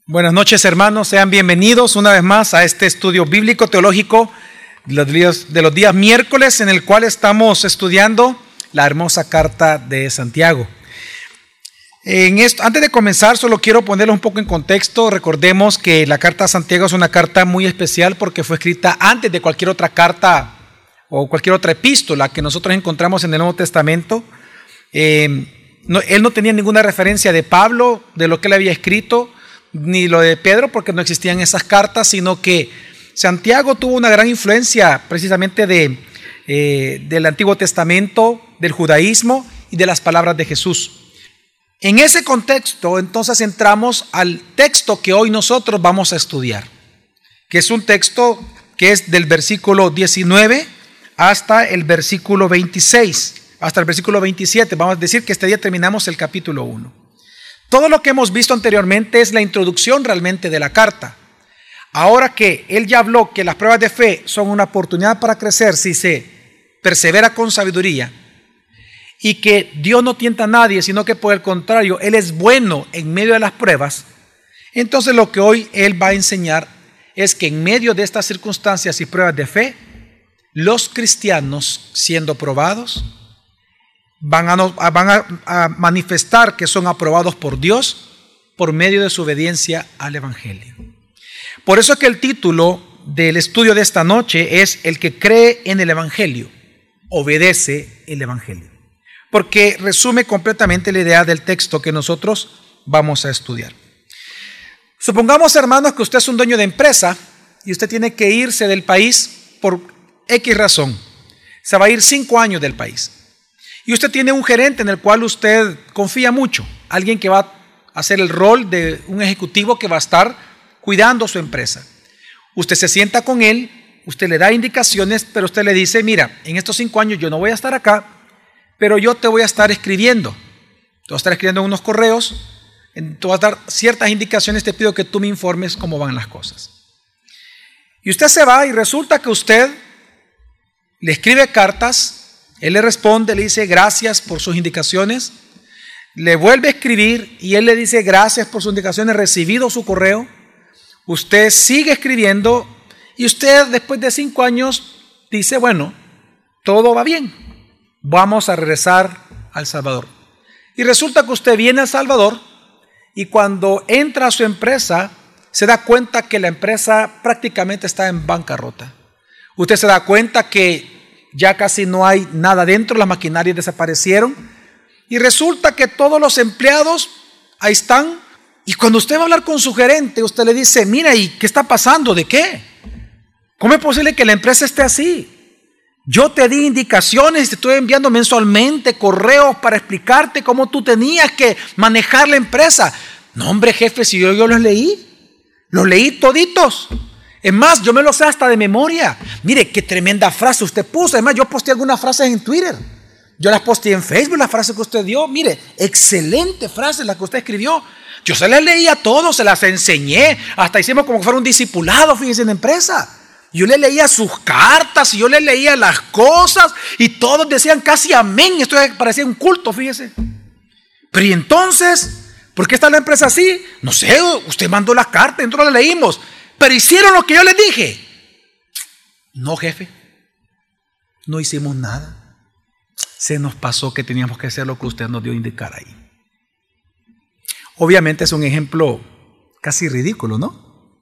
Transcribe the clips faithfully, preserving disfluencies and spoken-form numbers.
Buenas noches, hermanos, sean bienvenidos una vez más a este estudio bíblico teológico de los días, de los días miércoles, en el cual estamos estudiando la hermosa carta de Santiago. En esto, antes de comenzar, solo quiero ponerlo un poco en contexto. Recordemos que la carta de Santiago es una carta muy especial porque fue escrita antes de cualquier otra carta o cualquier otra epístola que nosotros encontramos en el Nuevo Testamento. Eh, no, él no tenía ninguna referencia de Pablo, de lo que él había escrito, ni lo de Pedro, porque no existían esas cartas, sino que Santiago tuvo una gran influencia precisamente de, eh, del Antiguo Testamento, del judaísmo y de las palabras de Jesús. En ese contexto, entonces, entramos al texto que hoy nosotros vamos a estudiar, que es un texto que es del versículo diecinueve hasta el versículo veintiséis, hasta el versículo veintisiete. Vamos a decir que este día terminamos el capítulo uno. Todo lo que hemos visto anteriormente es la introducción realmente de la carta. Ahora que él ya habló que las pruebas de fe son una oportunidad para crecer si se persevera con sabiduría, y que Dios no tienta a nadie, sino que por el contrario, Él es bueno en medio de las pruebas, entonces lo que hoy Él va a enseñar es que en medio de estas circunstancias y pruebas de fe, los cristianos, siendo probados, van a, van a, a manifestar que son aprobados por Dios por medio de su obediencia al Evangelio. Por eso es que el título del estudio de esta noche es El que cree en el Evangelio, obedece el Evangelio, porque resume completamente la idea del texto que nosotros vamos a estudiar. Supongamos, hermanos, que usted es un dueño de empresa y usted tiene que irse del país por X razón. Se va a ir cinco años del país. Y usted tiene un gerente en el cual usted confía mucho, alguien que va a hacer el rol de un ejecutivo que va a estar cuidando su empresa. Usted se sienta con él, usted le da indicaciones, pero usted le dice, mira, en estos cinco años yo no voy a estar acá, pero yo te voy a estar escribiendo. Te voy a estar escribiendo unos correos, te voy a dar ciertas indicaciones, te pido que tú me informes cómo van las cosas. Y usted se va y resulta que usted le escribe cartas. Él le responde, le dice gracias por sus indicaciones, le vuelve a escribir y él le dice gracias por sus indicaciones, recibido su correo. Usted sigue escribiendo y usted después de cinco años dice, bueno, todo va bien, vamos a regresar a El Salvador. Y resulta que usted viene a El Salvador y cuando entra a su empresa se da cuenta que la empresa prácticamente está en bancarrota. Usted se da cuenta que ya casi no hay nada dentro, las maquinarias desaparecieron y resulta que todos los empleados ahí están. Y cuando usted va a hablar con su gerente, usted le dice, mira, ¿y qué está pasando? ¿De qué? ¿Cómo es posible que la empresa esté así? Yo te di indicaciones, te estoy enviando mensualmente correos para explicarte cómo tú tenías que manejar la empresa. No, hombre, jefe, si yo, yo los leí, los leí toditos. Es más, yo me lo sé hasta de memoria. Mire, qué tremenda frase usted puso. Además, yo posté algunas frases en Twitter. Yo las posté en Facebook, las frases que usted dio. Mire, excelente frase la que usted escribió. Yo se las leí a todos, se las enseñé. Hasta hicimos como que fuera un discipulado, fíjense, en la empresa. Yo le leía sus cartas y yo le leía las cosas y todos decían casi amén. Esto parecía un culto, fíjese. Pero ¿y entonces? ¿Por qué está la empresa así? No sé, usted mandó las cartas, nosotros las leímos. Pero hicieron lo que yo les dije. No, jefe, no hicimos nada. Se nos pasó que teníamos que hacer lo que usted nos dio a indicar ahí. Obviamente es un ejemplo casi ridículo, ¿no?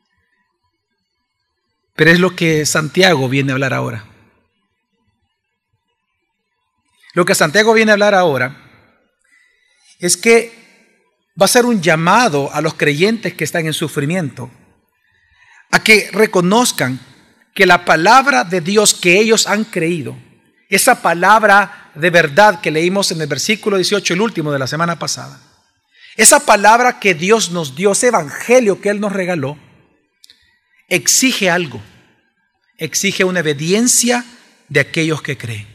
Pero es lo que Santiago viene a hablar ahora. Lo que Santiago viene a hablar ahora es que va a ser un llamado a los creyentes que están en sufrimiento a que reconozcan que la palabra de Dios que ellos han creído, esa palabra de verdad que leímos en el versículo dieciocho, el último de la semana pasada, esa palabra que Dios nos dio, ese evangelio que Él nos regaló, exige algo, exige una obediencia de aquellos que creen.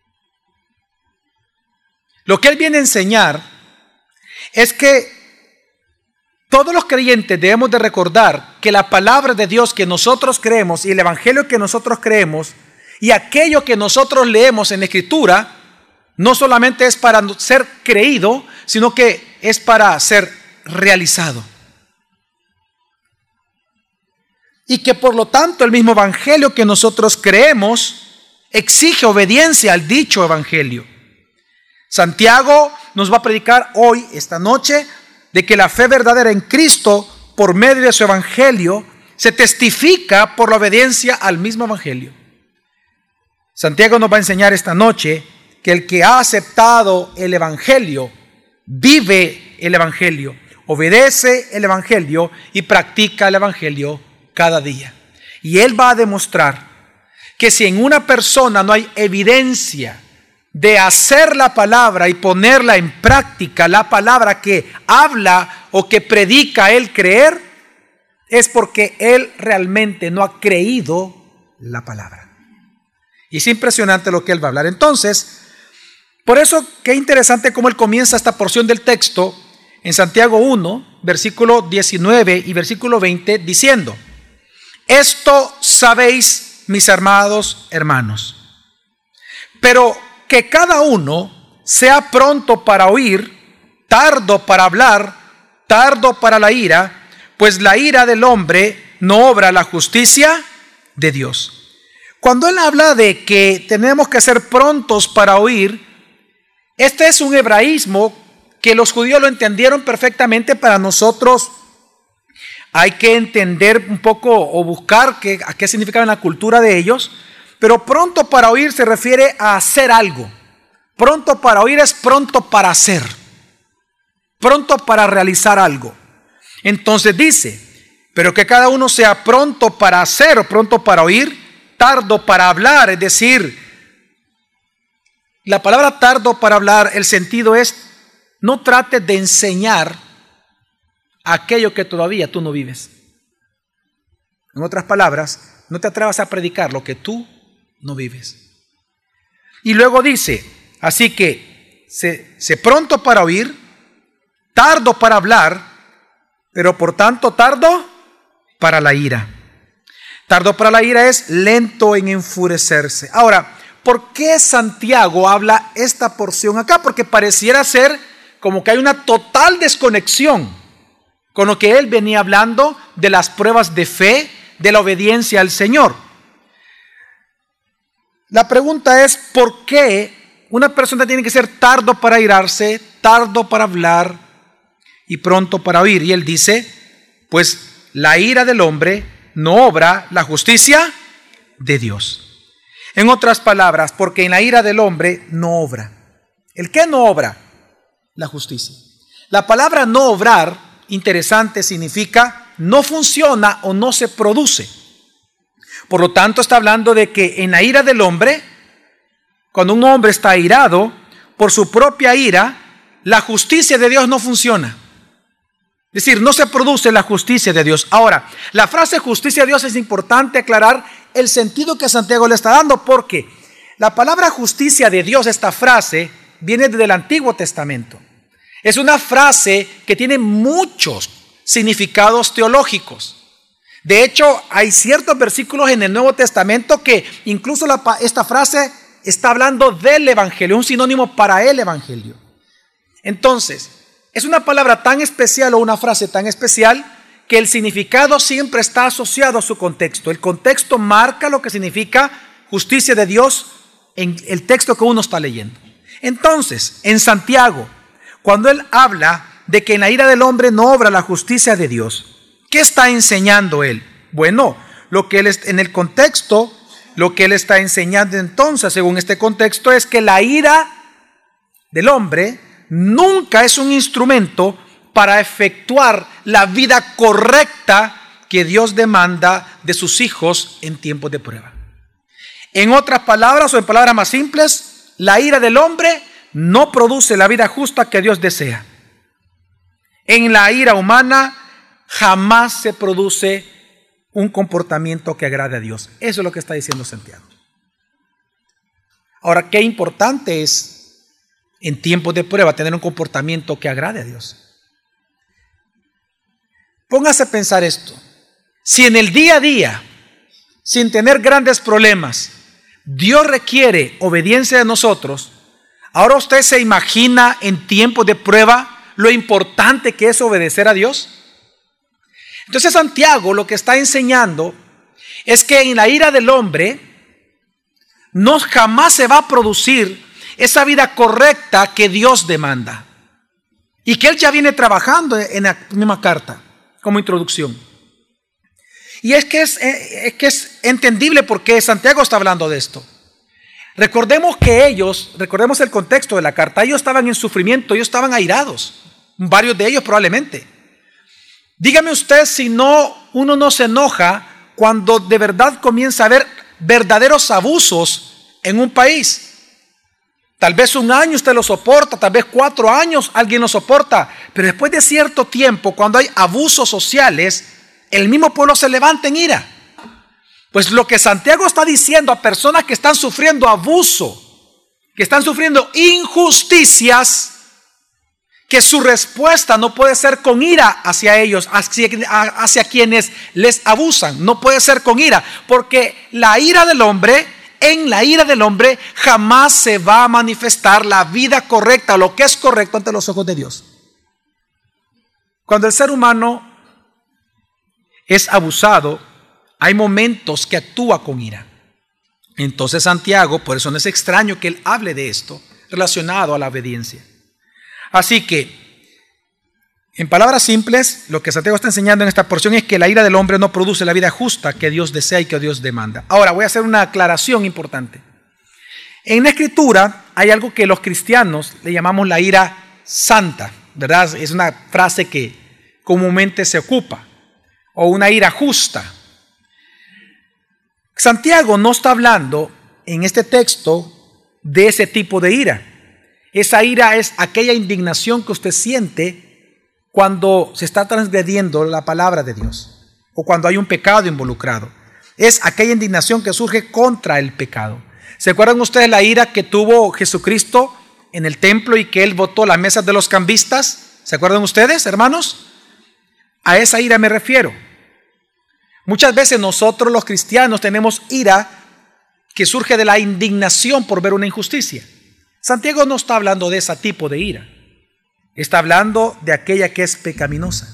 Lo que Él viene a enseñar es que todos los creyentes debemos de recordar que la palabra de Dios que nosotros creemos y el evangelio que nosotros creemos y aquello que nosotros leemos en la Escritura no solamente es para ser creído, sino que es para ser realizado. y que por lo tanto el mismo evangelio que nosotros creemos exige obediencia al dicho evangelio. Santiago nos va a predicar hoy, esta noche, de que la fe verdadera en Cristo, por medio de su evangelio, se testifica por la obediencia al mismo evangelio. Santiago nos va a enseñar esta noche que el que ha aceptado el evangelio, vive el evangelio, obedece el evangelio y practica el evangelio cada día. Y él va a demostrar que si en una persona no hay evidencia de hacer la palabra y ponerla en práctica, la palabra que habla o que predica él creer, es porque él realmente no ha creído la palabra. Y es impresionante lo que él va a hablar. Entonces, por eso, qué interesante cómo él comienza esta porción del texto en Santiago uno, versículo diecinueve y versículo veinte, diciendo: esto sabéis, mis amados hermanos, pero que cada uno sea pronto para oír, tardo para hablar, tardo para la ira, pues la ira del hombre no obra la justicia de Dios. Cuando él habla de que tenemos que ser prontos para oír, este es un hebraísmo que los judíos lo entendieron perfectamente. Para nosotros hay que entender un poco o buscar qué, a qué significaba en la cultura de ellos. Pero pronto para oír se refiere a hacer algo. Pronto para oír es pronto para hacer, pronto para realizar algo. Entonces dice, pero que cada uno sea pronto para hacer o pronto para oír, tardo para hablar. Es decir, la palabra tardo para hablar, el sentido es: no trates de enseñar aquello que todavía tú no vives. En otras palabras, no te atrevas a predicar lo que tú no vives. Y luego dice, así que sé, sé pronto para oír, tardo para hablar, pero por tanto tardo para la ira. Tardo para la ira es lento en enfurecerse. Ahora, ¿por qué Santiago habla esta porción acá? Porque pareciera ser como que hay una total desconexión con lo que él venía hablando de las pruebas de fe, de la obediencia al Señor. La pregunta es, ¿por qué una persona tiene que ser tardo para irarse, tardo para hablar y pronto para oír? Y él dice, pues la ira del hombre no obra la justicia de Dios. En otras palabras, porque en la ira del hombre no obra. ¿El qué no obra? La justicia. La palabra no obrar, interesante, significa no funciona o no se produce. Por lo tanto, está hablando de que en la ira del hombre, cuando un hombre está airado por su propia ira, la justicia de Dios no funciona. Es decir, no se produce la justicia de Dios. Ahora, la frase justicia de Dios es importante aclarar el sentido que Santiago le está dando, porque la palabra justicia de Dios, esta frase, viene desde el Antiguo Testamento. Es una frase que tiene muchos significados teológicos. De hecho, hay ciertos versículos en el Nuevo Testamento que incluso la, esta frase está hablando del Evangelio, un sinónimo para el Evangelio. Entonces, es una palabra tan especial o una frase tan especial que el significado siempre está asociado a su contexto. El contexto marca lo que significa justicia de Dios en el texto que uno está leyendo. Entonces, en Santiago, cuando él habla de que en la ira del hombre no obra la justicia de Dios, ¿qué está enseñando él? Bueno, lo que él en el contexto, lo que él está enseñando entonces, según este contexto, es que la ira del hombre nunca es un instrumento para efectuar la vida correcta que Dios demanda de sus hijos en tiempos de prueba. En otras palabras, o en palabras más simples, la ira del hombre no produce la vida justa que Dios desea. En la ira humana jamás se produce un comportamiento que agrade a Dios. Eso es lo que está diciendo Santiago. Ahora, qué importante es en tiempos de prueba tener un comportamiento que agrade a Dios. Póngase a pensar esto. Si en el día a día, sin tener grandes problemas, Dios requiere obediencia de nosotros, ahora usted se imagina en tiempos de prueba lo importante que es obedecer a Dios. Entonces Santiago lo que está enseñando es que en la ira del hombre no jamás se va a producir esa vida correcta que Dios demanda. Y que él ya viene trabajando en la misma carta como introducción. Y es que es, es que es entendible por qué Santiago está hablando de esto. Recordemos que ellos, recordemos el contexto de la carta, ellos estaban en sufrimiento, ellos estaban airados, varios de ellos probablemente. Dígame usted si no, uno no se enoja cuando de verdad comienza a haber verdaderos abusos en un país. Tal vez un año usted lo soporta, tal vez cuatro años alguien lo soporta, pero después de cierto tiempo, cuando hay abusos sociales, el mismo pueblo se levanta en ira. Pues lo que Santiago está diciendo a personas que están sufriendo abuso, que están sufriendo injusticias, que su respuesta no puede ser con ira hacia ellos, hacia, hacia quienes les abusan. No puede ser con ira, porque la ira del hombre, en la ira del hombre jamás se va a manifestar la vida correcta, lo que es correcto ante los ojos de Dios. Cuando el ser humano es abusado, hay momentos que actúa con ira. Entonces Santiago, por eso no es extraño que él hable de esto relacionado a la obediencia. Así que, en palabras simples, lo que Santiago está enseñando en esta porción es que la ira del hombre no produce la vida justa que Dios desea y que Dios demanda. Ahora, voy a hacer una aclaración importante. En la Escritura hay algo que los cristianos le llamamos la ira santa, ¿verdad? Es una frase que comúnmente se ocupa, o una ira justa. Santiago no está hablando en este texto de ese tipo de ira. Esa ira es aquella indignación que usted siente cuando se está transgrediendo la palabra de Dios o cuando hay un pecado involucrado. Es aquella indignación que surge contra el pecado. ¿Se acuerdan ustedes la ira que tuvo Jesucristo en el templo y que él botó las mesas de los cambistas? ¿Se acuerdan ustedes, hermanos? A esa ira me refiero. Muchas veces nosotros los cristianos tenemos ira que surge de la indignación por ver una injusticia. Santiago no está hablando de ese tipo de ira. Está hablando de aquella que es pecaminosa.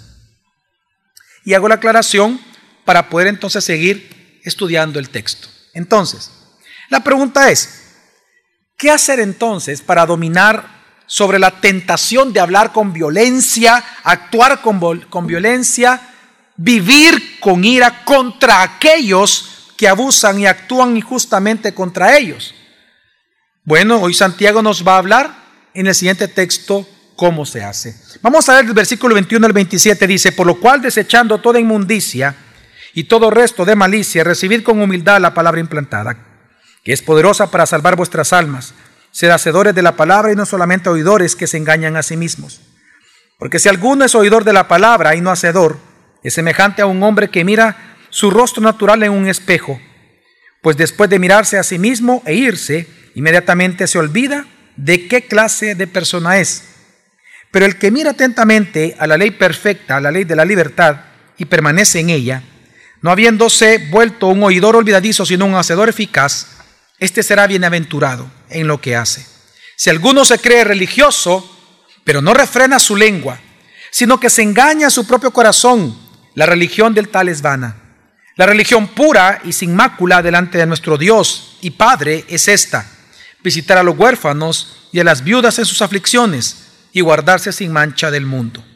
Y hago la aclaración para poder entonces seguir estudiando el texto. Entonces, la pregunta es, ¿qué hacer entonces para dominar sobre la tentación de hablar con violencia, actuar con, con violencia, vivir con ira contra aquellos que abusan y actúan injustamente contra ellos? Bueno, hoy Santiago nos va a hablar en el siguiente texto cómo se hace. Vamos a ver el versículo veintiuno al veintisiete, dice: por lo cual, desechando toda inmundicia y todo resto de malicia, recibid con humildad la palabra implantada, que es poderosa para salvar vuestras almas. Sed hacedores de la palabra y no solamente oidores que se engañan a sí mismos. Porque si alguno es oidor de la palabra y no hacedor, es semejante a un hombre que mira su rostro natural en un espejo, pues después de mirarse a sí mismo e irse, inmediatamente se olvida de qué clase de persona es. Pero el que mira atentamente a la ley perfecta, a la ley de la libertad, y permanece en ella, no habiéndose vuelto un oidor olvidadizo, sino un hacedor eficaz, este será bienaventurado en lo que hace. Si alguno se cree religioso, pero no refrena su lengua, sino que se engaña a su propio corazón, la religión del tal es vana. La religión pura y sin mácula delante de nuestro Dios y Padre es esta: visitar a los huérfanos y a las viudas en sus aflicciones y guardarse sin mancha del mundo.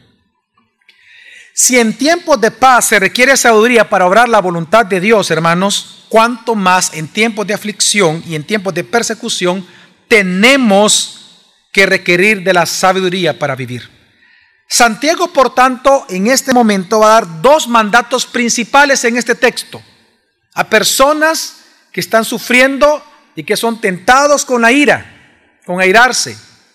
Si en tiempos de paz se requiere sabiduría para obrar la voluntad de Dios, hermanos, cuánto más en tiempos de aflicción y en tiempos de persecución tenemos que requerir de la sabiduría para vivir. Santiago, por tanto, en este momento va a dar dos mandatos principales en este texto a personas que están sufriendo y que son tentados con la ira, con airarse.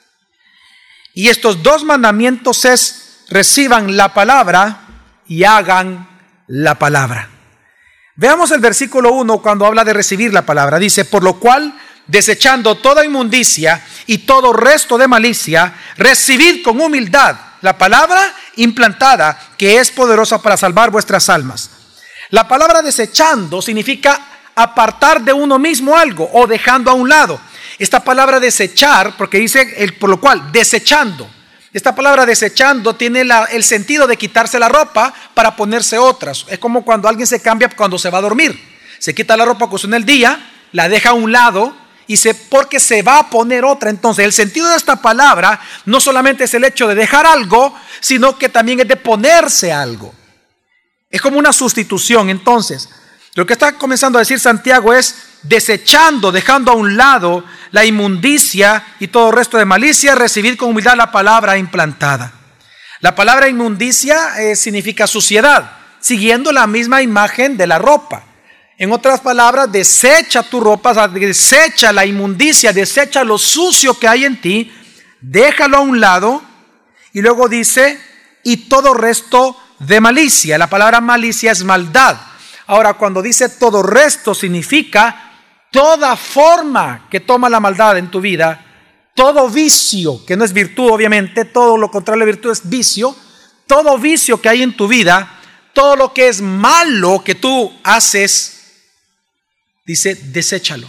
Y estos dos mandamientos es: reciban la palabra y hagan la palabra. Veamos el versículo uno cuando habla de recibir la palabra. Dice: por lo cual, desechando toda inmundicia y todo resto de malicia, recibid con humildad la palabra implantada, que es poderosa para salvar vuestras almas. La palabra desechando significa apartar de uno mismo algo o dejando a un lado. Esta palabra desechar, porque dice el, por lo cual, desechando, Esta palabra desechando tiene la, el sentido de quitarse la ropa para ponerse otras. Es como cuando alguien se cambia cuando se va a dormir. Se quita la ropa que usó en el día, la deja a un lado y se, porque se va a poner otra. Entonces el sentido de esta palabra no solamente es el hecho de dejar algo, sino que también es de ponerse algo. Es como una sustitución. Entonces lo que está comenzando a decir Santiago es desechando, dejando a un lado la inmundicia y todo resto de malicia, recibid con humildad la palabra implantada. La palabra inmundicia eh, significa suciedad, siguiendo la misma imagen de la ropa. En otras palabras, desecha tu ropa, o sea, desecha la inmundicia, desecha lo sucio que hay en ti, déjalo a un lado, y luego dice, y todo resto de malicia. La palabra malicia es maldad. Ahora, cuando dice todo resto, significa toda forma que toma la maldad en tu vida, todo vicio, que no es virtud obviamente, todo lo contrario de virtud es vicio, todo vicio que hay en tu vida, todo lo que es malo que tú haces, dice, deséchalo.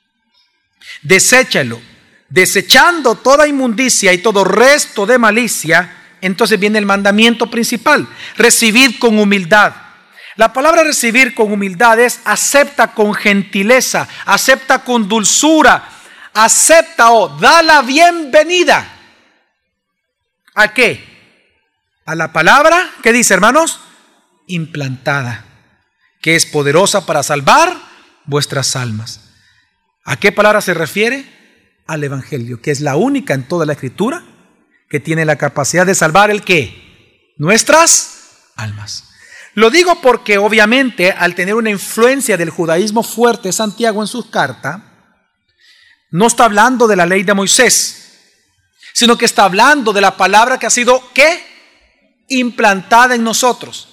Deséchalo. Desechando toda inmundicia y todo resto de malicia, entonces viene el mandamiento principal, recibid con humildad. La palabra recibir con humildad es acepta con gentileza, acepta con dulzura, acepta o da la bienvenida. ¿A qué? A la palabra, ¿qué dice, hermanos? Implantada, que es poderosa para salvar vuestras almas. ¿A qué palabra se refiere? Al Evangelio, que es la única en toda la Escritura que tiene la capacidad de salvar el ¿qué? Nuestras almas. Lo digo porque obviamente al tener una influencia del judaísmo fuerte Santiago en sus cartas, no está hablando de la ley de Moisés, sino que está hablando de la palabra que ha sido ¿qué? Implantada en nosotros.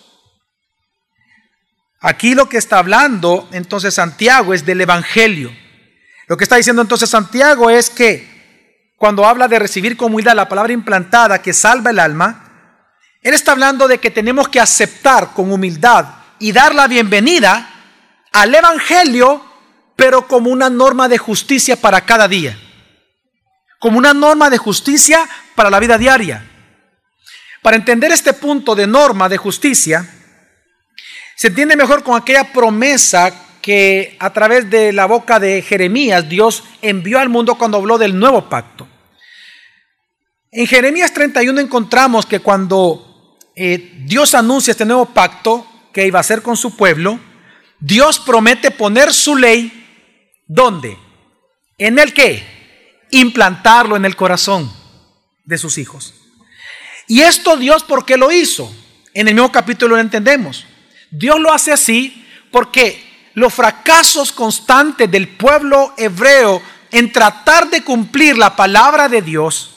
Aquí lo que está hablando entonces Santiago es del Evangelio. Lo que está diciendo entonces Santiago es que cuando habla de recibir con humildad la palabra implantada que salva el alma, él está hablando de que tenemos que aceptar con humildad y dar la bienvenida al Evangelio, pero como una norma de justicia para cada día. Como una norma de justicia para la vida diaria. Para entender este punto de norma de justicia, se entiende mejor con aquella promesa que a través de la boca de Jeremías Dios envió al mundo cuando habló del nuevo pacto. En Jeremías treinta y uno encontramos que cuando eh, Dios anuncia este nuevo pacto que iba a hacer con su pueblo, Dios promete poner su ley, ¿dónde? ¿En el qué? Implantarlo en el corazón de sus hijos. Y esto Dios, ¿por qué lo hizo? En el mismo capítulo lo entendemos. Dios lo hace así porque los fracasos constantes del pueblo hebreo en tratar de cumplir la palabra de Dios,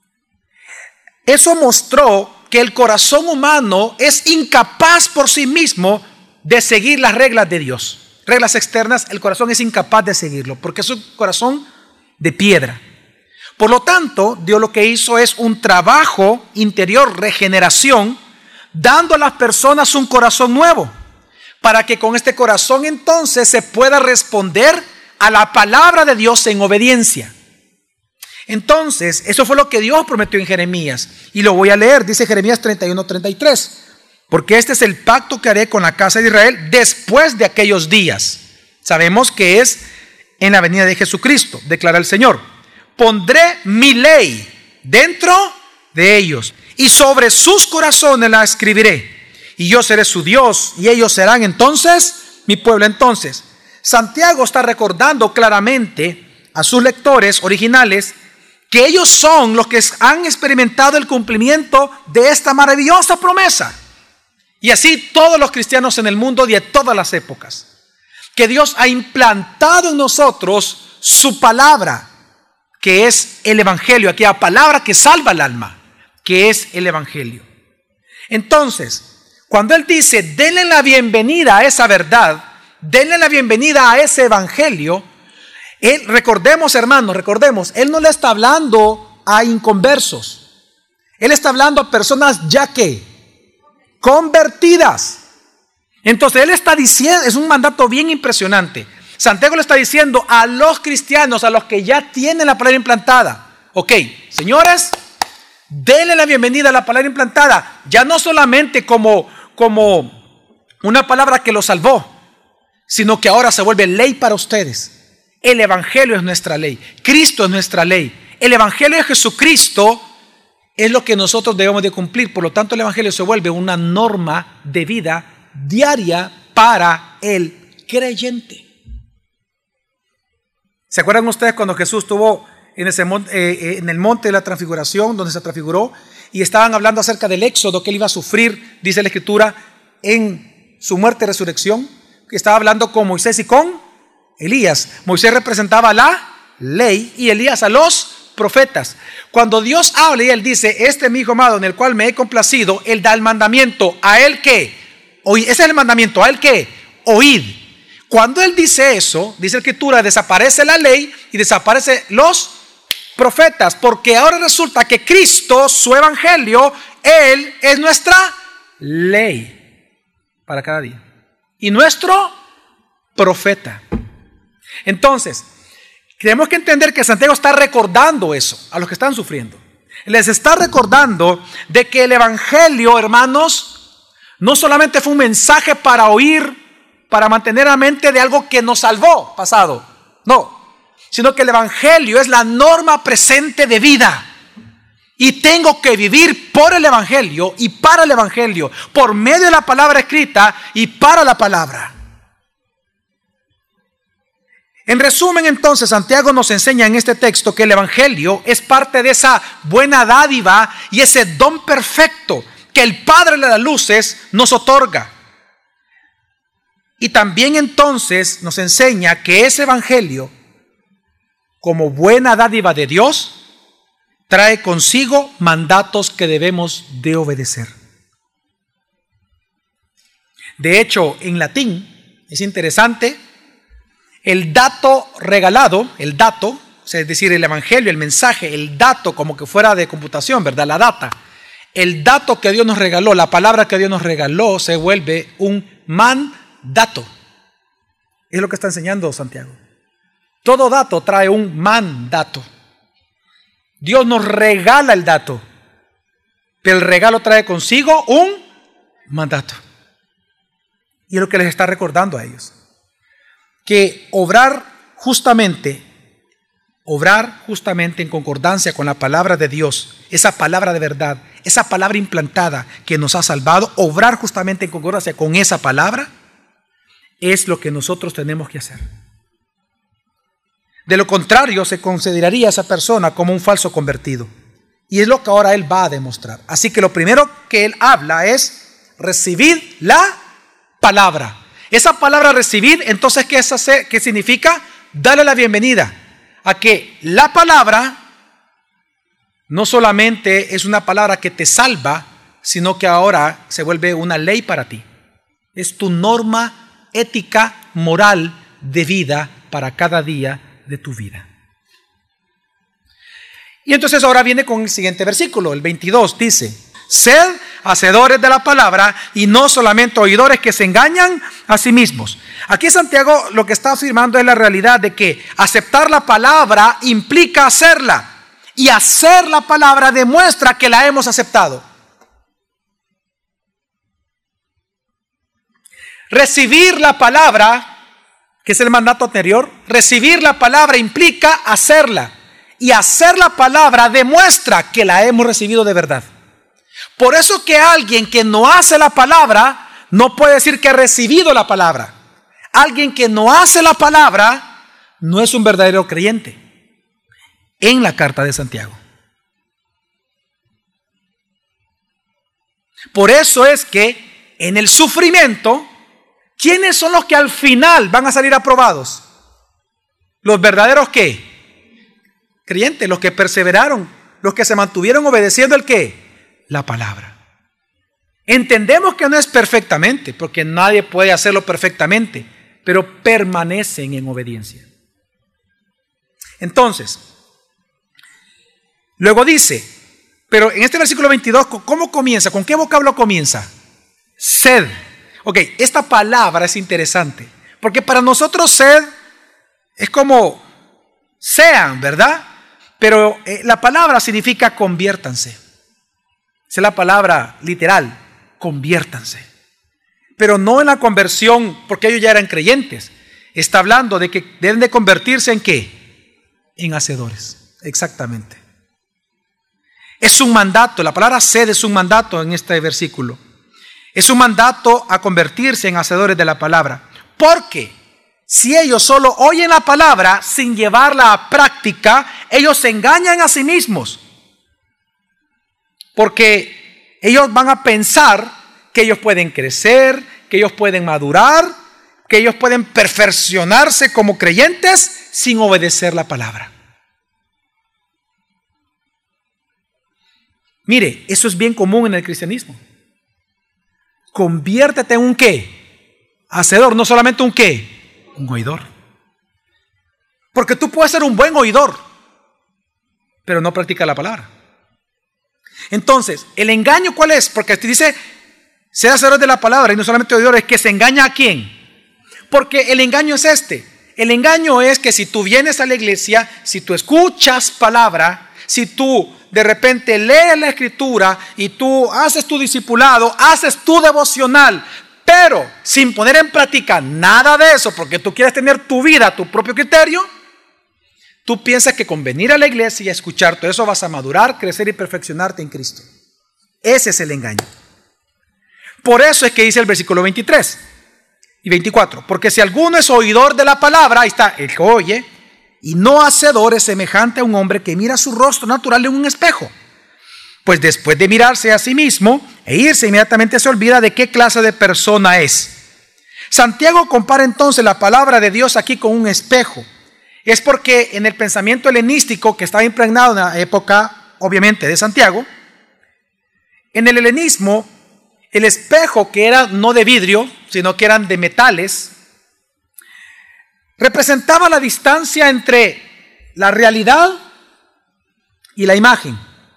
eso mostró que el corazón humano es incapaz por sí mismo de seguir las reglas de Dios. Reglas externas, el corazón es incapaz de seguirlo, porque es un corazón de piedra. Por lo tanto, Dios lo que hizo es un trabajo interior, regeneración, dando a las personas un corazón nuevo, para que con este corazón entonces se pueda responder a la palabra de Dios en obediencia. Entonces, eso fue lo que Dios prometió en Jeremías. Y lo voy a leer, dice Jeremías treinta y uno, treinta y tres. Porque este es el pacto que haré con la casa de Israel después de aquellos días. Sabemos que es en la venida de Jesucristo, declara el Señor. Pondré mi ley dentro de ellos y sobre sus corazones la escribiré. Y yo seré su Dios y ellos serán entonces mi pueblo. Entonces, Santiago está recordando claramente a sus lectores originales que ellos son los que han experimentado el cumplimiento de esta maravillosa promesa. Y así todos los cristianos en el mundo de todas las épocas. Que Dios ha implantado en nosotros su palabra, que es el Evangelio, aquella palabra que salva el alma, que es el Evangelio. Entonces, cuando Él dice, denle la bienvenida a esa verdad, denle la bienvenida a ese Evangelio, Él, recordemos hermanos, recordemos, Él no le está hablando a inconversos. Él está hablando a personas ya que convertidas. Entonces Él está diciendo, es un mandato bien impresionante. Santiago le está diciendo a los cristianos, a los que ya tienen la palabra implantada. Ok, señores, Denle la bienvenida a la palabra implantada, ya no solamente como, como una palabra que lo salvó, sino que ahora se vuelve ley para ustedes. El Evangelio es nuestra ley, Cristo es nuestra ley. El Evangelio de Jesucristo es lo que nosotros debemos de cumplir. Por lo tanto, el Evangelio se vuelve una norma de vida diaria para el creyente. ¿Se acuerdan ustedes cuando Jesús estuvo en, ese, eh, en el monte de la transfiguración, donde se transfiguró, y estaban hablando acerca del éxodo que él iba a sufrir, dice la Escritura, en su muerte y resurrección? Que estaba hablando con Moisés y con Elías. Moisés representaba la ley y Elías a los profetas. Cuando Dios habla y él dice, este es mi hijo amado en el cual me he complacido, él da el mandamiento a él que oíd. Ese es el mandamiento, a él que oíd. Cuando él dice eso, dice la Escritura, desaparece la ley y desaparecen los profetas, porque ahora resulta que Cristo, su evangelio, él es nuestra ley para cada día y nuestro profeta. Entonces, tenemos que entender que Santiago está recordando eso a los que están sufriendo. Les está recordando de que el evangelio, hermanos, no solamente fue un mensaje para oír, para mantener la mente de algo que nos salvó pasado, no, sino que el evangelio es la norma presente de vida. Y tengo que vivir por el evangelio y para el evangelio, por medio de la palabra escrita y para la palabra. En resumen, entonces, Santiago nos enseña en este texto que el evangelio es parte de esa buena dádiva y ese don perfecto que el Padre de las luces nos otorga. Y también entonces nos enseña que ese evangelio, como buena dádiva de Dios, trae consigo mandatos que debemos de obedecer. De hecho, en latín es interesante, el dato regalado, el dato, es decir, el evangelio, el mensaje, el dato como que fuera de computación, ¿verdad? La data. El dato que Dios nos regaló, la palabra que Dios nos regaló, se vuelve un mandato. Es lo que está enseñando Santiago. Todo dato trae un mandato. Dios nos regala el dato, pero el regalo trae consigo un mandato. Y es lo que les está recordando a ellos. Que obrar justamente, obrar justamente en concordancia con la palabra de Dios, esa palabra de verdad, esa palabra implantada que nos ha salvado, obrar justamente en concordancia con esa palabra, es lo que nosotros tenemos que hacer. De lo contrario, se consideraría a esa persona como un falso convertido. Y es lo que ahora él va a demostrar. Así que lo primero que él habla es recibir la palabra. Esa palabra recibir, entonces, ¿qué, es hacer? ¿Qué significa? Darle la bienvenida a que la palabra no solamente es una palabra que te salva, sino que ahora se vuelve una ley para ti. Es tu norma ética, moral de vida para cada día de tu vida. Y entonces ahora viene con el siguiente versículo, el veintidós, dice: sed hacedores de la palabra y no solamente oidores que se engañan a sí mismos. Aquí Santiago lo que está afirmando es la realidad de que aceptar la palabra implica hacerla, y hacer la palabra demuestra que la hemos aceptado. Recibir la palabra, que es el mandato anterior, recibir la palabra implica hacerla, y hacer la palabra demuestra que la hemos recibido de verdad. Por eso que alguien que no hace la palabra no puede decir que ha recibido la palabra. Alguien que no hace la palabra no es un verdadero creyente. En la carta de Santiago. Por eso es que en el sufrimiento, ¿quiénes son los que al final van a salir aprobados? Los verdaderos ¿qué? Creyentes, los que perseveraron, los que se mantuvieron obedeciendo el ¿qué? La palabra. Entendemos que no es perfectamente, porque nadie puede hacerlo perfectamente, pero permanecen en obediencia. Entonces, luego dice, pero en este versículo veintidós, ¿cómo comienza? ¿Con qué vocablo comienza? Sed. Ok, esta palabra es interesante, porque para nosotros sed es como sean, ¿verdad? Pero eh, la palabra significa conviértanse. Esa es la palabra literal, conviértanse. Pero no en la conversión porque ellos ya eran creyentes. Está hablando de que deben de convertirse en ¿qué? En hacedores, exactamente. Es un mandato, la palabra sed es un mandato en este versículo. Es un mandato a convertirse en hacedores de la palabra. Porque si ellos solo oyen la palabra sin llevarla a práctica, ellos se engañan a sí mismos. Porque ellos van a pensar que ellos pueden crecer, que ellos pueden madurar, que ellos pueden perfeccionarse como creyentes sin obedecer la palabra. Mire, eso es bien común en el cristianismo. Conviértete en un ¿qué? Hacedor, no solamente un ¿qué? Un oidor. Porque tú puedes ser un buen oidor, pero no practica la palabra. Entonces, ¿el engaño cuál es? Porque te dice, ser hacedor de la palabra y no solamente oidor, es que se engaña a quién. Porque el engaño es este. El engaño es que si tú vienes a la iglesia, si tú escuchas palabra, si tú de repente lees la escritura y tú haces tu discipulado, haces tu devocional, pero sin poner en práctica nada de eso, porque tú quieres tener tu vida a tu propio criterio, tú piensas que con venir a la iglesia y a escuchar todo eso vas a madurar, crecer y perfeccionarte en Cristo. Ese es el engaño. Por eso es que dice el versículo veintitrés y veinticuatro. Porque si alguno es oidor de la palabra, ahí está, el que oye, y no hacedor, es semejante a un hombre que mira su rostro natural en un espejo. Pues después de mirarse a sí mismo e irse, inmediatamente se olvida de qué clase de persona es. Santiago compara entonces la palabra de Dios aquí con un espejo. Es porque en el pensamiento helenístico que estaba impregnado en la época, obviamente, de Santiago, en el helenismo, el espejo, que era no de vidrio, sino que eran de metales, representaba la distancia entre la realidad y la imagen.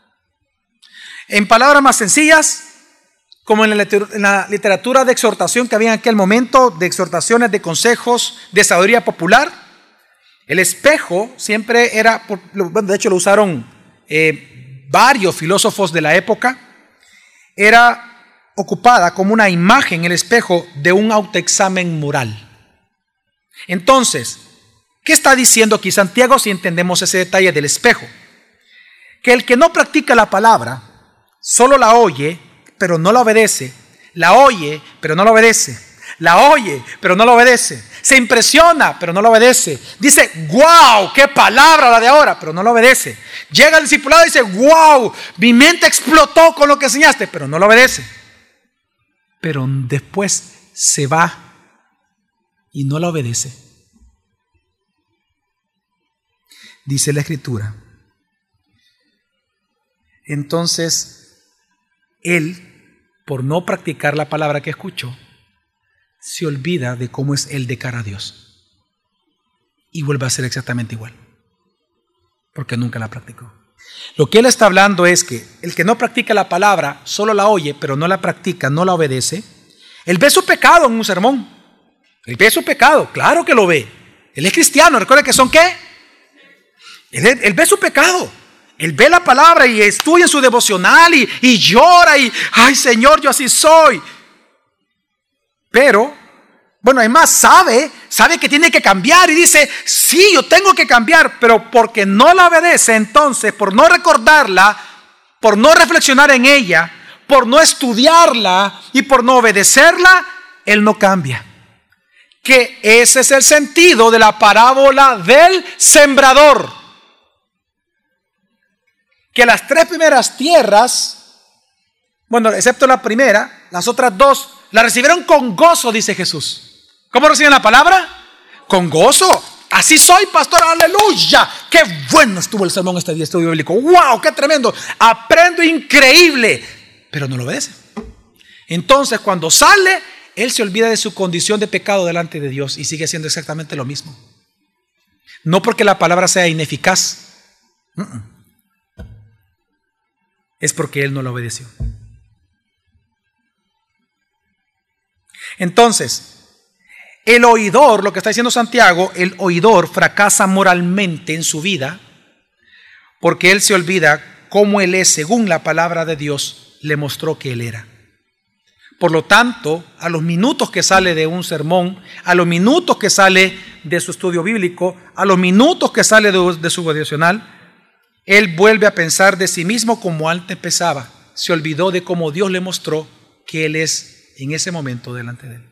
En palabras más sencillas, como en la literatura de exhortación que había en aquel momento, de exhortaciones, de consejos, de sabiduría popular, el espejo siempre era, bueno, de hecho lo usaron eh, varios filósofos de la época, era ocupada como una imagen, el espejo, de un autoexamen moral. Entonces, ¿qué está diciendo aquí Santiago si entendemos ese detalle del espejo? Que el que no practica la palabra, solo la oye, pero no la obedece, la oye, pero no la obedece, la oye, pero no la obedece, se impresiona, pero no la obedece, dice, wow, qué palabra la de ahora, pero no la obedece, llega el discipulado y dice, wow, mi mente explotó con lo que enseñaste, pero no la obedece. Pero después se va y no la obedece. Dice la Escritura. Entonces, él, por no practicar la palabra que escuchó, se olvida de cómo es él de cara a Dios. Y vuelve a ser exactamente igual. Porque nunca la practicó. Lo que él está hablando es que el que no practica la palabra, solo la oye, pero no la practica, no la obedece, él ve su pecado en un sermón. Él ve su pecado, claro que lo ve. Él es cristiano, recuerda que son ¿qué? Él, él ve su pecado. Él ve la palabra y estudia en su devocional y, y llora y, ay Señor, yo así soy. Pero, bueno, además sabe, sabe que tiene que cambiar y dice, sí, yo tengo que cambiar, pero porque no la obedece, entonces, por no recordarla, por no reflexionar en ella, por no estudiarla y por no obedecerla, él no cambia. Que ese es el sentido de la parábola del sembrador. Que las tres primeras tierras, bueno, excepto la primera, las otras dos, la recibieron con gozo, dice Jesús. ¿Cómo reciben la palabra? Con gozo. Así soy, pastor, aleluya. Qué bueno estuvo el sermón este día, estudio bíblico. Wow, qué tremendo. Aprendo increíble. Pero no lo obedece. Entonces, cuando sale, él se olvida de su condición de pecado delante de Dios y sigue haciendo exactamente lo mismo. No porque la palabra sea ineficaz. Uh-uh. Es porque él no la obedeció. Entonces, el oidor, lo que está diciendo Santiago, el oidor fracasa moralmente en su vida porque él se olvida cómo él es según la palabra de Dios le mostró que Él era. Por lo tanto, a los minutos que sale de un sermón, a los minutos que sale de su estudio bíblico, a los minutos que sale de, de su devocional, él vuelve a pensar de sí mismo como antes pensaba. Se olvidó de cómo Dios le mostró que Él es en ese momento delante de Él.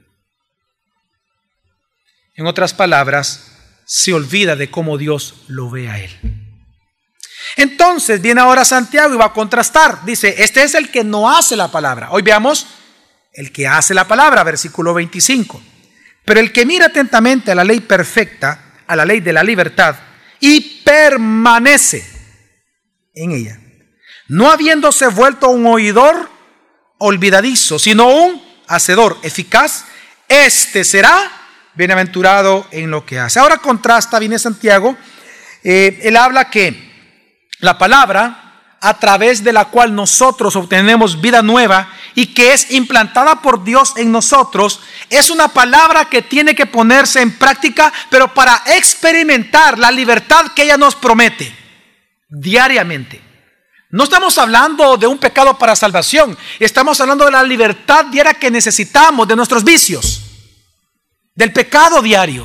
En otras palabras, se olvida de cómo Dios lo ve a Él. Entonces viene ahora Santiago y va a contrastar. Dice, este es el que no hace la palabra. Hoy veamos el que hace la palabra, versículo veinticinco. Pero el que mira atentamente a la ley perfecta, a la ley de la libertad, y permanece en ella, no habiéndose vuelto un oidor olvidadizo, sino un hacedor eficaz, este será bienaventurado en lo que hace. Ahora contrasta, viene Santiago, eh, él habla que la palabra a través de la cual nosotros obtenemos vida nueva y que es implantada por Dios en nosotros, es una palabra que tiene que ponerse en práctica, pero para experimentar la libertad que ella nos promete diariamente. No estamos hablando de un pecado para salvación, estamos hablando de la libertad diaria que necesitamos de nuestros vicios, del pecado diario.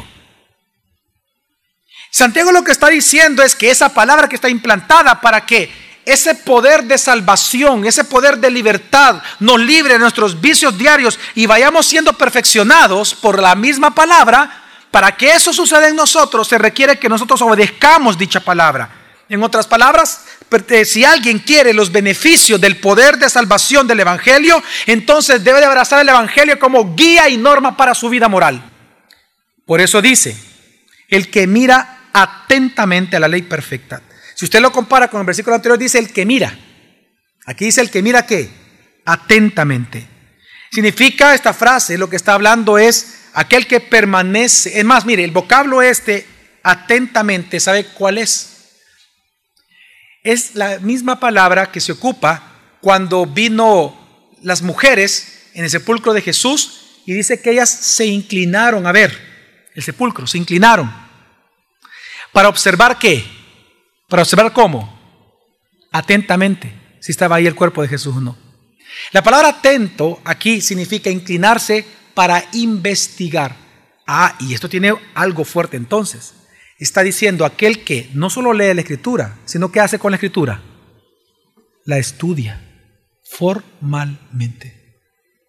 Santiago lo que está diciendo es que esa palabra que está implantada para que ese poder de salvación, ese poder de libertad nos libre de nuestros vicios diarios y vayamos siendo perfeccionados por la misma palabra. Para que eso suceda en nosotros se requiere que nosotros obedezcamos dicha palabra. En otras palabras, si alguien quiere los beneficios del poder de salvación del Evangelio, entonces debe de abrazar el Evangelio como guía y norma para su vida moral. Por eso dice, el que mira atentamente a la ley perfecta. Si usted lo compara con el versículo anterior, dice el que mira. Aquí dice el que mira ¿qué? Atentamente. Significa esta frase, lo que está hablando es aquel que permanece. Es más, mire, el vocablo este, atentamente, ¿sabe cuál es? Es la misma palabra que se ocupa cuando vino las mujeres en el sepulcro de Jesús y dice que ellas se inclinaron a ver el sepulcro, se inclinaron. ¿Para observar qué? Para observar cómo, atentamente, si estaba ahí el cuerpo de Jesús o no. La palabra atento aquí significa inclinarse para investigar. Ah, y esto tiene algo fuerte entonces. Está diciendo aquel que no solo lee la Escritura, sino que hace con la Escritura. La estudia formalmente.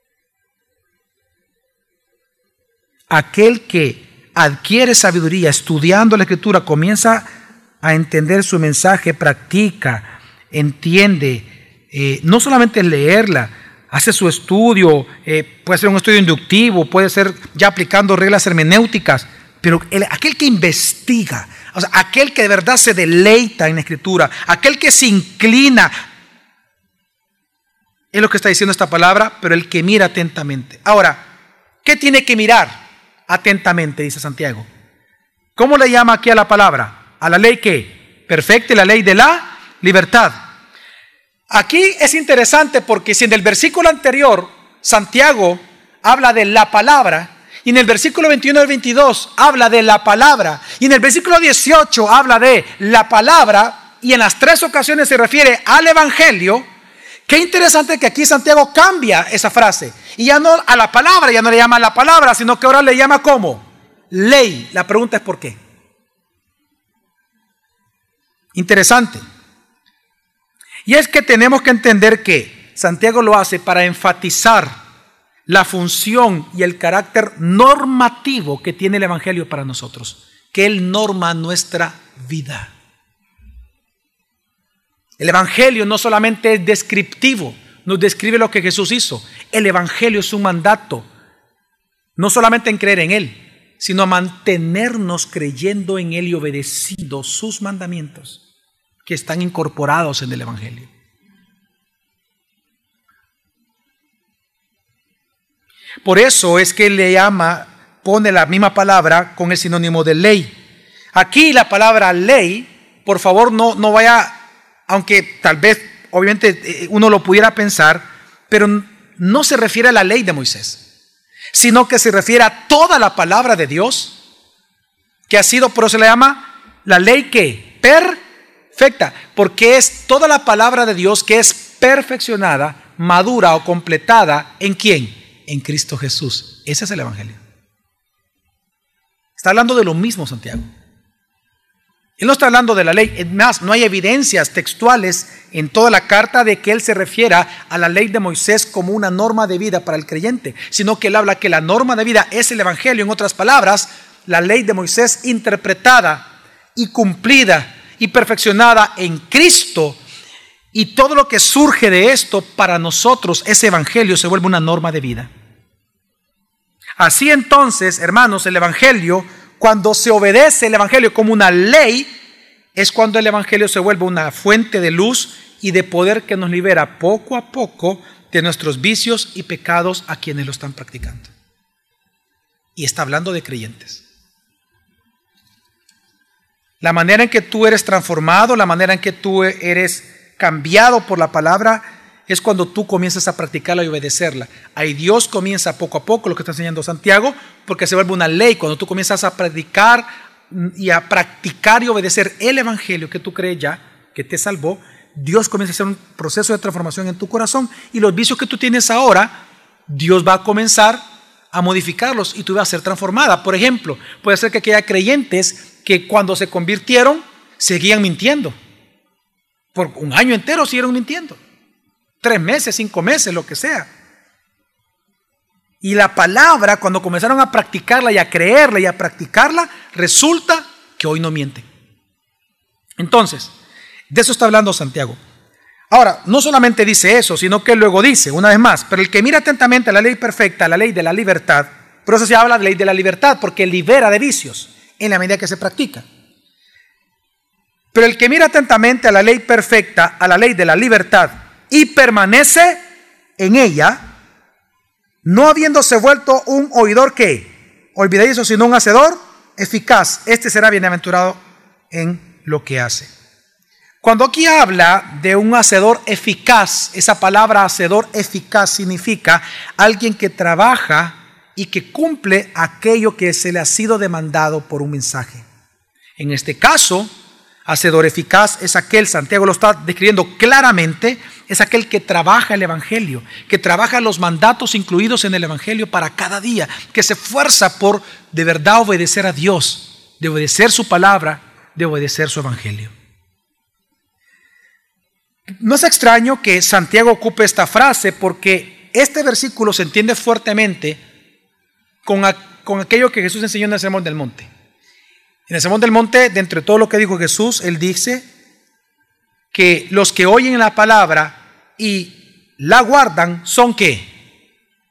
Aquel que adquiere sabiduría estudiando la Escritura comienza a entender su mensaje, practica, entiende, eh, no solamente leerla, hace su estudio, eh, puede ser un estudio inductivo, puede ser ya aplicando reglas hermenéuticas, pero el, aquel que investiga, o sea, aquel que de verdad se deleita en la Escritura, aquel que se inclina, es lo que está diciendo esta palabra, pero el que mira atentamente. Ahora, ¿qué tiene que mirar atentamente? Dice Santiago. ¿Cómo le llama aquí a la palabra? A la ley que perfecta, la ley de la libertad. Aquí es interesante porque si en el versículo anterior Santiago habla de la palabra y en el versículo veintiuno al veintidós habla de la palabra y en el versículo dieciocho habla de la palabra y en las tres ocasiones se refiere al Evangelio, qué interesante que aquí Santiago cambia esa frase y ya no a la palabra, ya no le llama la palabra, sino que ahora le llama ¿cómo? Ley. La pregunta es ¿por qué? Interesante. Y es que tenemos que entender que Santiago lo hace para enfatizar la función y el carácter normativo que tiene el Evangelio para nosotros, que Él norma nuestra vida. El Evangelio no solamente es descriptivo, nos describe lo que Jesús hizo. El Evangelio es un mandato, no solamente en creer en Él, sino a mantenernos creyendo en Él y obedeciendo sus mandamientos que están incorporados en el Evangelio. Por eso es que le llama, pone la misma palabra con el sinónimo de ley. Aquí la palabra ley, por favor no, no vaya, aunque tal vez obviamente uno lo pudiera pensar, pero no se refiere a la ley de Moisés, sino que se refiere a toda la palabra de Dios, que ha sido, por eso se le llama la ley que perfecta, porque es toda la palabra de Dios que es perfeccionada madura o completada, ¿en quién? En Cristo Jesús. Ese es el Evangelio. Está hablando de lo mismo Santiago. Él no está hablando de la ley. Es más, no hay evidencias textuales en toda la carta de que él se refiera a la ley de Moisés como una norma de vida para el creyente, sino que él habla que la norma de vida es el Evangelio. En otras palabras, la ley de Moisés interpretada y cumplida y perfeccionada en Cristo, y todo lo que surge de esto para nosotros, ese Evangelio se vuelve una norma de vida. Así entonces, hermanos, el Evangelio, cuando se obedece el Evangelio como una ley, es cuando el Evangelio se vuelve una fuente de luz y de poder que nos libera poco a poco de nuestros vicios y pecados a quienes lo están practicando. Y está hablando de creyentes. La manera en que tú eres transformado, la manera en que tú eres cambiado por la palabra, es cuando tú comienzas a practicarla y obedecerla. Ahí Dios comienza poco a poco, lo que está enseñando Santiago, porque se vuelve una ley. Cuando tú comienzas a predicar y a practicar y obedecer el Evangelio que tú crees ya, que te salvó, Dios comienza a hacer un proceso de transformación en tu corazón, y los vicios que tú tienes ahora, Dios va a comenzar a modificarlos y tú vas a ser transformada. Por ejemplo, puede ser que haya creyentes que cuando se convirtieron seguían mintiendo. Por un año entero siguieron mintiendo. Tres meses, cinco meses, lo que sea. Y la palabra, cuando comenzaron a practicarla y a creerla y a practicarla, resulta que hoy no mienten. Entonces, de eso está hablando Santiago. Ahora, no solamente dice eso, sino que luego dice, una vez más, pero el que mira atentamente a la ley perfecta, la ley de la libertad, por eso se habla de ley de la libertad, porque libera de vicios en la medida que se practica. Pero el que mira atentamente a la ley perfecta, a la ley de la libertad, y permanece en ella, no habiéndose vuelto un oidor que olvidadizo, sino un hacedor eficaz, este será bienaventurado en lo que hace. Cuando aquí habla de un hacedor eficaz, esa palabra hacedor eficaz significa alguien que trabaja y que cumple aquello que se le ha sido demandado por un mensaje. En este caso, hacedor eficaz es aquel, Santiago lo está describiendo claramente, es aquel que trabaja el Evangelio, que trabaja los mandatos incluidos en el Evangelio para cada día, que se esfuerza por de verdad obedecer a Dios, de obedecer su palabra, de obedecer su Evangelio. No es extraño que Santiago ocupe esta frase, porque este versículo se entiende fuertemente con, a, con aquello que Jesús enseñó en el Sermón del Monte. En el Sermón del Monte, dentro de todo lo que dijo Jesús, él dice que los que oyen la palabra y la guardan son ¿qué?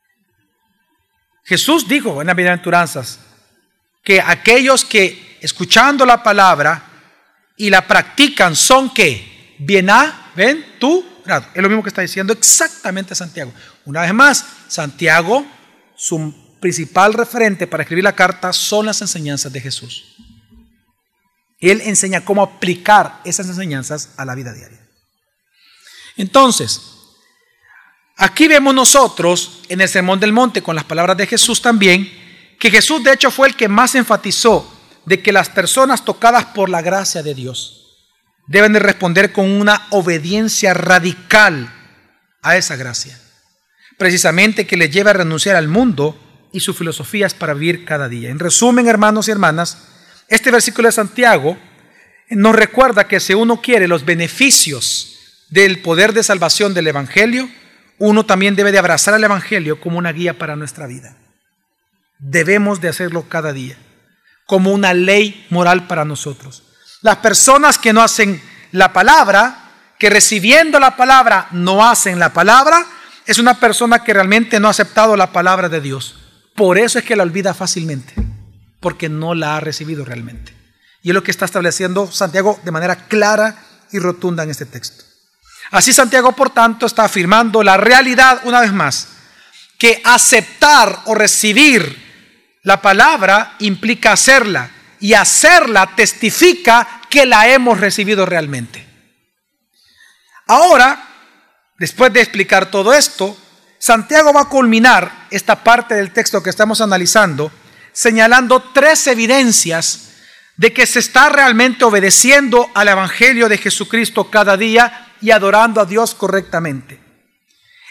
Jesús dijo en las bienaventuranzas que aquellos que escuchando la palabra y la practican son ¿qué? Bienaventurados. Es lo mismo que está diciendo exactamente Santiago. Una vez más, Santiago, su principal referente para escribir la carta son las enseñanzas de Jesús. Él enseña cómo aplicar esas enseñanzas a la vida diaria. Entonces, aquí vemos nosotros en el Sermón del Monte, con las palabras de Jesús también, que Jesús de hecho fue el que más enfatizó de que las personas tocadas por la gracia de Dios deben de responder con una obediencia radical a esa gracia, precisamente que les lleva a renunciar al mundo y sus filosofías para vivir cada día. En resumen, hermanos y hermanas, este versículo de Santiago nos recuerda que si uno quiere los beneficios del poder de salvación del Evangelio, uno también debe de abrazar al Evangelio como una guía para nuestra vida. Debemos de hacerlo cada día, como una ley moral para nosotros. Las personas que no hacen la palabra, que recibiendo la palabra no hacen la palabra, es una persona que realmente no ha aceptado la palabra de Dios. Por eso es que la olvida fácilmente, porque no la ha recibido realmente. Y es lo que está estableciendo Santiago de manera clara y rotunda en este texto. Así Santiago, por tanto, está afirmando la realidad, una vez más, que aceptar o recibir la palabra implica hacerla, y hacerla testifica que la hemos recibido realmente. Ahora, después de explicar todo esto, Santiago va a culminar esta parte del texto que estamos analizando, señalando tres evidencias de que se está realmente obedeciendo al Evangelio de Jesucristo cada día y adorando a Dios correctamente.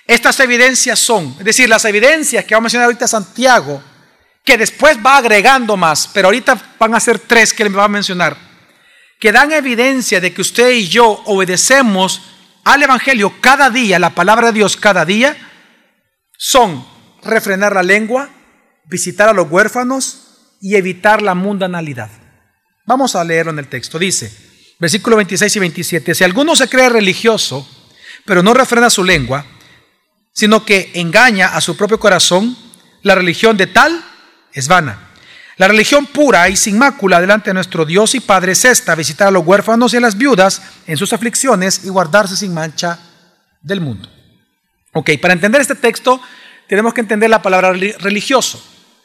Estas evidencias son, es decir, las evidencias que va a mencionar ahorita Santiago, que después va agregando más, pero ahorita van a ser tres que le va a mencionar, que dan evidencia de que usted y yo obedecemos al Evangelio cada día, la palabra de Dios cada día, son refrenar la lengua, visitar a los huérfanos y evitar la mundanalidad. Vamos a leerlo en el texto. Dice, versículos veintiséis y veintisiete, si alguno se cree religioso, pero no refrena su lengua, sino que engaña a su propio corazón, la religión de tal es vana. La religión pura y sin mácula delante de nuestro Dios y Padre es esta: visitar a los huérfanos y a las viudas en sus aflicciones y guardarse sin mancha del mundo. Ok, para entender este texto tenemos que entender la palabra religioso.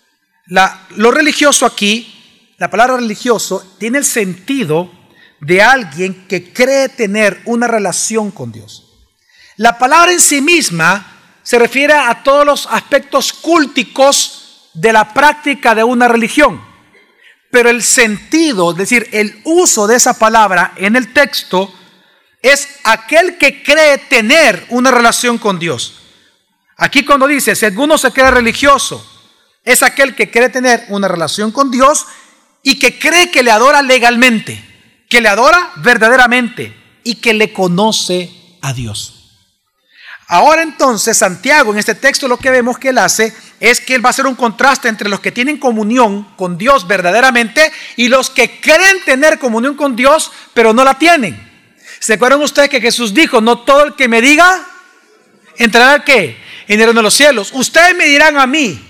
La, lo religioso aquí, la palabra religioso, tiene el sentido de alguien que cree tener una relación con Dios. La palabra en sí misma se refiere a todos los aspectos cúlticos de la práctica de una religión. Pero el sentido, es decir, el uso de esa palabra en el texto es aquel que cree tener una relación con Dios. Aquí cuando dice, si alguno se cree religioso, es aquel que cree tener una relación con Dios y que cree que le adora legalmente, que le adora verdaderamente y que le conoce a Dios. Ahora entonces Santiago en este texto lo que vemos que él hace es que él va a hacer un contraste entre los que tienen comunión con Dios verdaderamente y los que creen tener comunión con Dios pero no la tienen. ¿Se acuerdan ustedes que Jesús dijo, no todo el que me diga entrará ¿a qué? En el reino de los cielos? Ustedes me dirán a mí,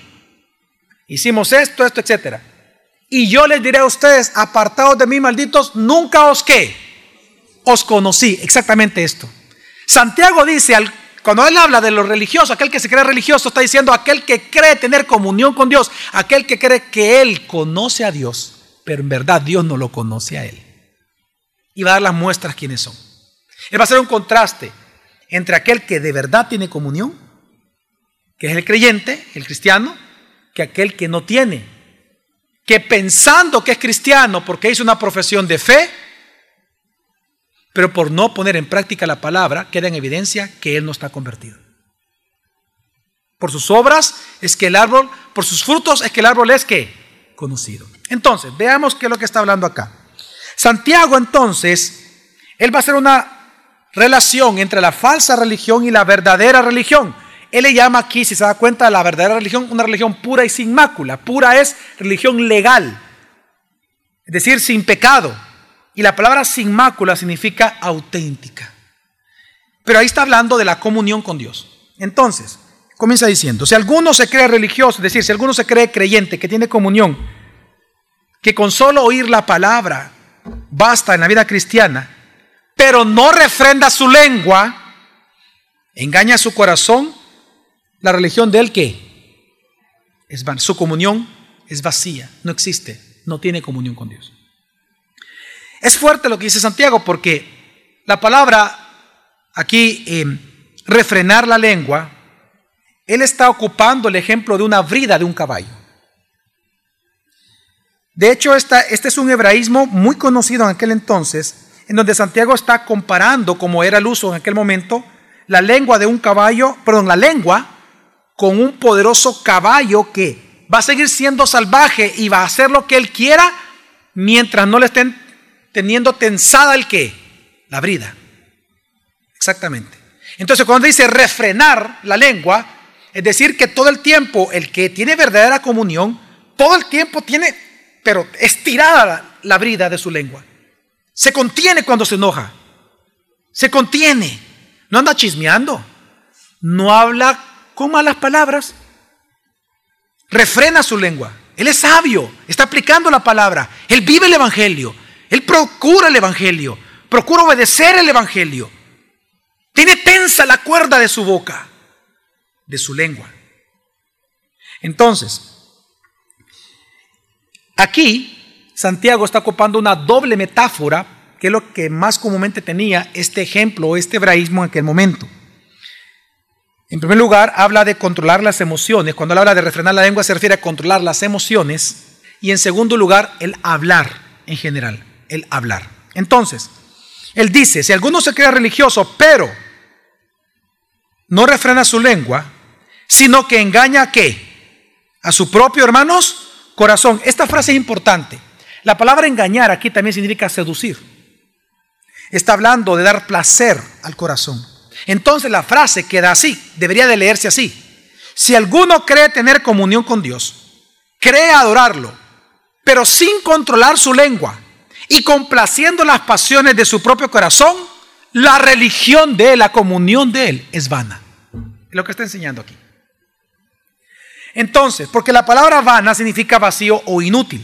hicimos esto, esto, etcétera. Y yo les diré a ustedes, apartados de mí, malditos, nunca os ¿qué? Os conocí. Exactamente esto. Santiago dice, al, cuando él habla de los religiosos, aquel que se cree religioso, está diciendo aquel que cree tener comunión con Dios, aquel que cree que él conoce a Dios, pero en verdad Dios no lo conoce a él. Y va a dar las muestras quiénes son. Él va a hacer un contraste entre aquel que de verdad tiene comunión, que es el creyente, el cristiano, que aquel que no tiene, que pensando que es cristiano porque hizo una profesión de fe, pero por no poner en práctica la palabra, queda en evidencia que él no está convertido. Por sus obras es que el árbol, por sus frutos es que el árbol es que conocido. Entonces, veamos qué es lo que está hablando acá. Santiago entonces, él va a hacer una relación entre la falsa religión y la verdadera religión. Él le llama aquí, si se da cuenta, la verdadera religión, una religión pura y sin mácula. Pura es religión legal, es decir, sin pecado. Y la palabra sin mácula significa auténtica. Pero ahí está hablando de la comunión con Dios. Entonces, comienza diciendo, si alguno se cree religioso, es decir, si alguno se cree creyente, que tiene comunión, que con solo oír la palabra basta en la vida cristiana, pero no refrenda su lengua, engaña su corazón, la religión de él ¿qué? Es van, su comunión es vacía, no existe, no tiene comunión con Dios. Es fuerte lo que dice Santiago porque la palabra aquí, eh, refrenar la lengua, él está ocupando el ejemplo de una brida de un caballo. De hecho, esta, este es un hebraísmo muy conocido en aquel entonces, en donde Santiago está comparando, como era el uso en aquel momento, la lengua de un caballo, perdón, la lengua con un poderoso caballo que va a seguir siendo salvaje y va a hacer lo que él quiera mientras no le estén teniendo tensada el qué, la brida. Exactamente. Entonces cuando dice refrenar la lengua, es decir que todo el tiempo el que tiene verdadera comunión, todo el tiempo tiene, pero estirada la, la brida de su lengua. Se contiene cuando se enoja. Se contiene. No anda chismeando. No habla con malas palabras. Refrena su lengua. Él es sabio. Está aplicando la palabra. Él vive el evangelio. Él procura el evangelio. Procura obedecer el evangelio. Tiene tensa la cuerda de su boca, de su lengua. Entonces, aquí Santiago está ocupando una doble metáfora, que es lo que más comúnmente tenía este ejemplo o este hebraísmo en aquel momento. En primer lugar, habla de controlar las emociones. Cuando él habla de refrenar la lengua, se refiere a controlar las emociones. Y en segundo lugar, el hablar en general, el hablar. Entonces, él dice, si alguno se cree religioso, pero no refrena su lengua, sino que engaña ¿a qué? A su propio, hermanos, corazón. Esta frase es importante. La palabra engañar aquí también significa seducir. Está hablando de dar placer al corazón. Entonces la frase queda así, debería de leerse así. Si alguno cree tener comunión con Dios, cree adorarlo, pero sin controlar su lengua y complaciendo las pasiones de su propio corazón, la religión de él, la comunión de él es vana. Es lo que está enseñando aquí. Entonces, porque la palabra vana significa vacío o inútil,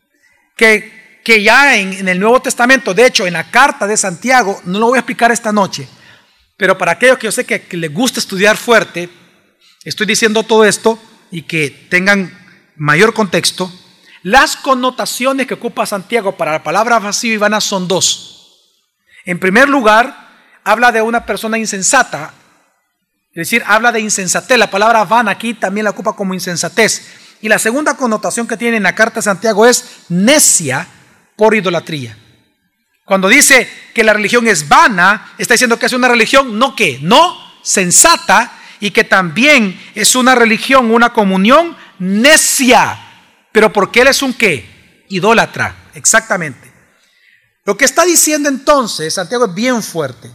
que, que ya en, en el Nuevo Testamento, de hecho en la carta de Santiago, no lo voy a explicar esta noche, pero para aquellos que yo sé que, que les gusta estudiar fuerte, estoy diciendo todo esto y que tengan mayor contexto. Las connotaciones que ocupa Santiago para la palabra vacío y vana son dos. En primer lugar, habla de una persona insensata, es decir, habla de insensatez. La palabra vana aquí también la ocupa como insensatez. Y la segunda connotación que tiene en la carta de Santiago es necia por idolatría. Cuando dice que la religión es vana, está diciendo que es una religión no que, no sensata, y que también es una religión, una comunión necia. Pero porque él es un qué, idólatra, exactamente. Lo que está diciendo entonces Santiago es bien fuerte,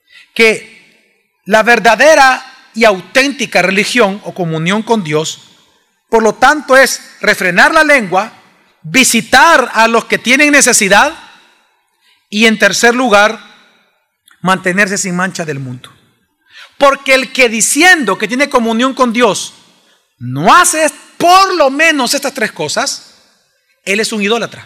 que la verdadera y auténtica religión o comunión con Dios, por lo tanto, es refrenar la lengua, visitar a los que tienen necesidad y, en tercer lugar, mantenerse sin mancha del mundo. Porque el que diciendo que tiene comunión con Dios no hace por lo menos estas tres cosas, él es un idólatra.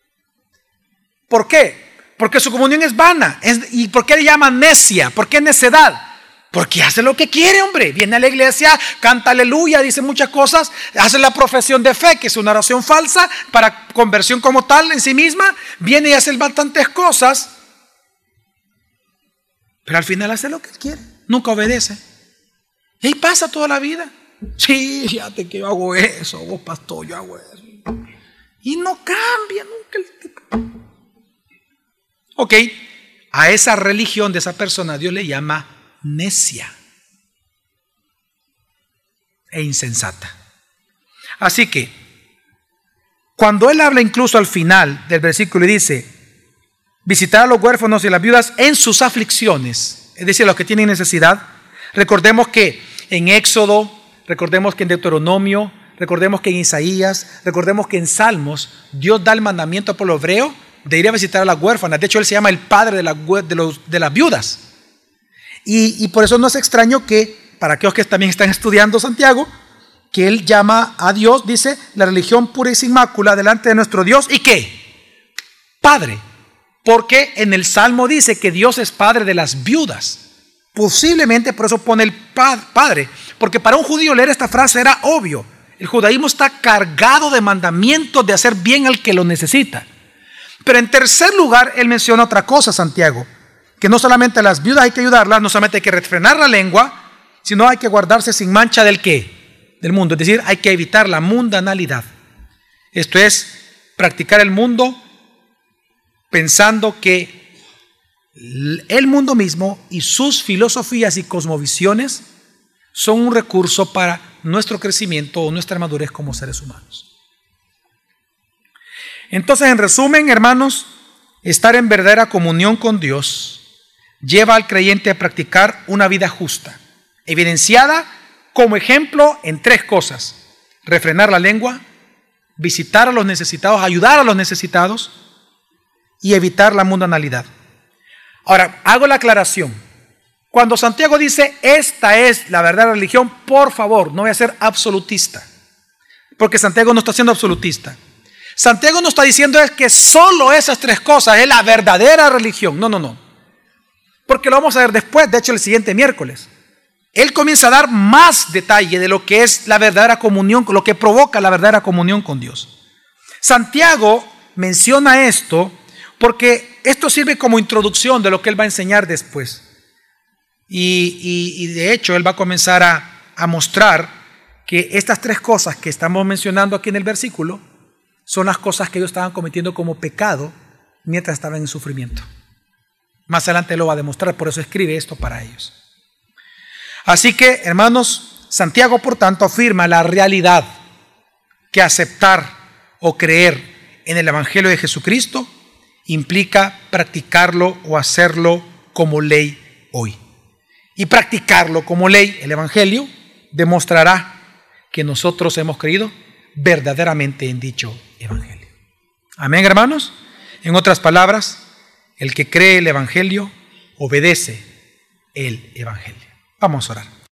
¿Por qué? Porque su comunión es vana. ¿Y por qué le llaman necia? ¿Por qué necedad? Porque hace lo que quiere, hombre. Viene a la iglesia, canta aleluya, dice muchas cosas, hace la profesión de fe, que es una oración falsa para conversión como tal en sí misma. Viene y hace bastantes cosas, pero al final hace lo que quiere, nunca obedece. Y ahí pasa toda la vida. Sí, fíjate que yo hago eso, vos pastor, yo hago eso. Y no cambia nunca el tipo. Ok, a esa religión de esa persona Dios le llama necia e insensata. Así que cuando él habla incluso al final del versículo y dice visitar a los huérfanos y las viudas en sus aflicciones, es decir, los que tienen necesidad, recordemos que en Éxodo, recordemos que en Deuteronomio, recordemos que en Isaías, recordemos que en Salmos Dios da el mandamiento al pueblo hebreo de ir a visitar a las huérfanas. De hecho, él se llama el padre de, la, de, los, de las viudas. Y, y por eso no es extraño que, para aquellos que también están estudiando Santiago, que él llama a Dios, dice, la religión pura y sin mácula delante de nuestro Dios. ¿Y qué? Padre. Porque en el Salmo dice que Dios es padre de las viudas. Posiblemente por eso pone el padre. Porque para un judío leer esta frase era obvio. El judaísmo está cargado de mandamientos de hacer bien al que lo necesita. Pero en tercer lugar, él menciona otra cosa, Santiago, que no solamente a las viudas hay que ayudarlas, no solamente hay que refrenar la lengua, sino hay que guardarse sin mancha del qué, del mundo. Es decir, hay que evitar la mundanalidad. Esto es, practicar el mundo pensando que el mundo mismo y sus filosofías y cosmovisiones son un recurso para nuestro crecimiento o nuestra madurez como seres humanos. Entonces, en resumen, hermanos, estar en verdadera comunión con Dios lleva al creyente a practicar una vida justa, evidenciada como ejemplo en tres cosas: refrenar la lengua, visitar a los necesitados, ayudar a los necesitados y evitar la mundanalidad. Ahora, hago la aclaración. Cuando Santiago dice, esta es la verdadera religión, por favor, no voy a ser absolutista, porque Santiago no está siendo absolutista. Santiago no está diciendo es que solo esas tres cosas es la verdadera religión. No, no, no. Porque lo vamos a ver después, de hecho el siguiente miércoles. Él comienza a dar más detalle de lo que es la verdadera comunión, lo que provoca la verdadera comunión con Dios. Santiago menciona esto porque esto sirve como introducción de lo que él va a enseñar después. Y, y, y de hecho él va a comenzar a, a mostrar que estas tres cosas que estamos mencionando aquí en el versículo son las cosas que ellos estaban cometiendo como pecado mientras estaban en sufrimiento. Más adelante lo va a demostrar, por eso escribe esto para ellos. Así que, hermanos, Santiago, por tanto, afirma la realidad que aceptar o creer en el Evangelio de Jesucristo implica practicarlo o hacerlo como ley hoy. Y practicarlo como ley, el Evangelio, demostrará que nosotros hemos creído verdaderamente en dicho Evangelio. Amén, hermanos. En otras palabras, el que cree el Evangelio obedece el Evangelio. Vamos a orar.